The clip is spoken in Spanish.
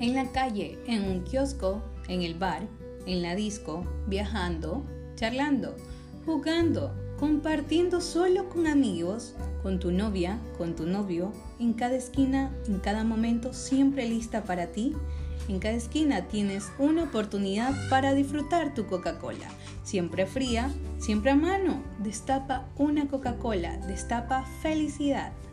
En la calle, en un kiosco, en el bar, en la disco, viajando, charlando, jugando, compartiendo solo con amigos, con tu novia, con tu novio, en cada esquina, en cada momento, siempre lista para ti. En cada esquina tienes una oportunidad para disfrutar tu Coca-Cola. Siempre fría, siempre a mano. Destapa una Coca-Cola, destapa felicidad.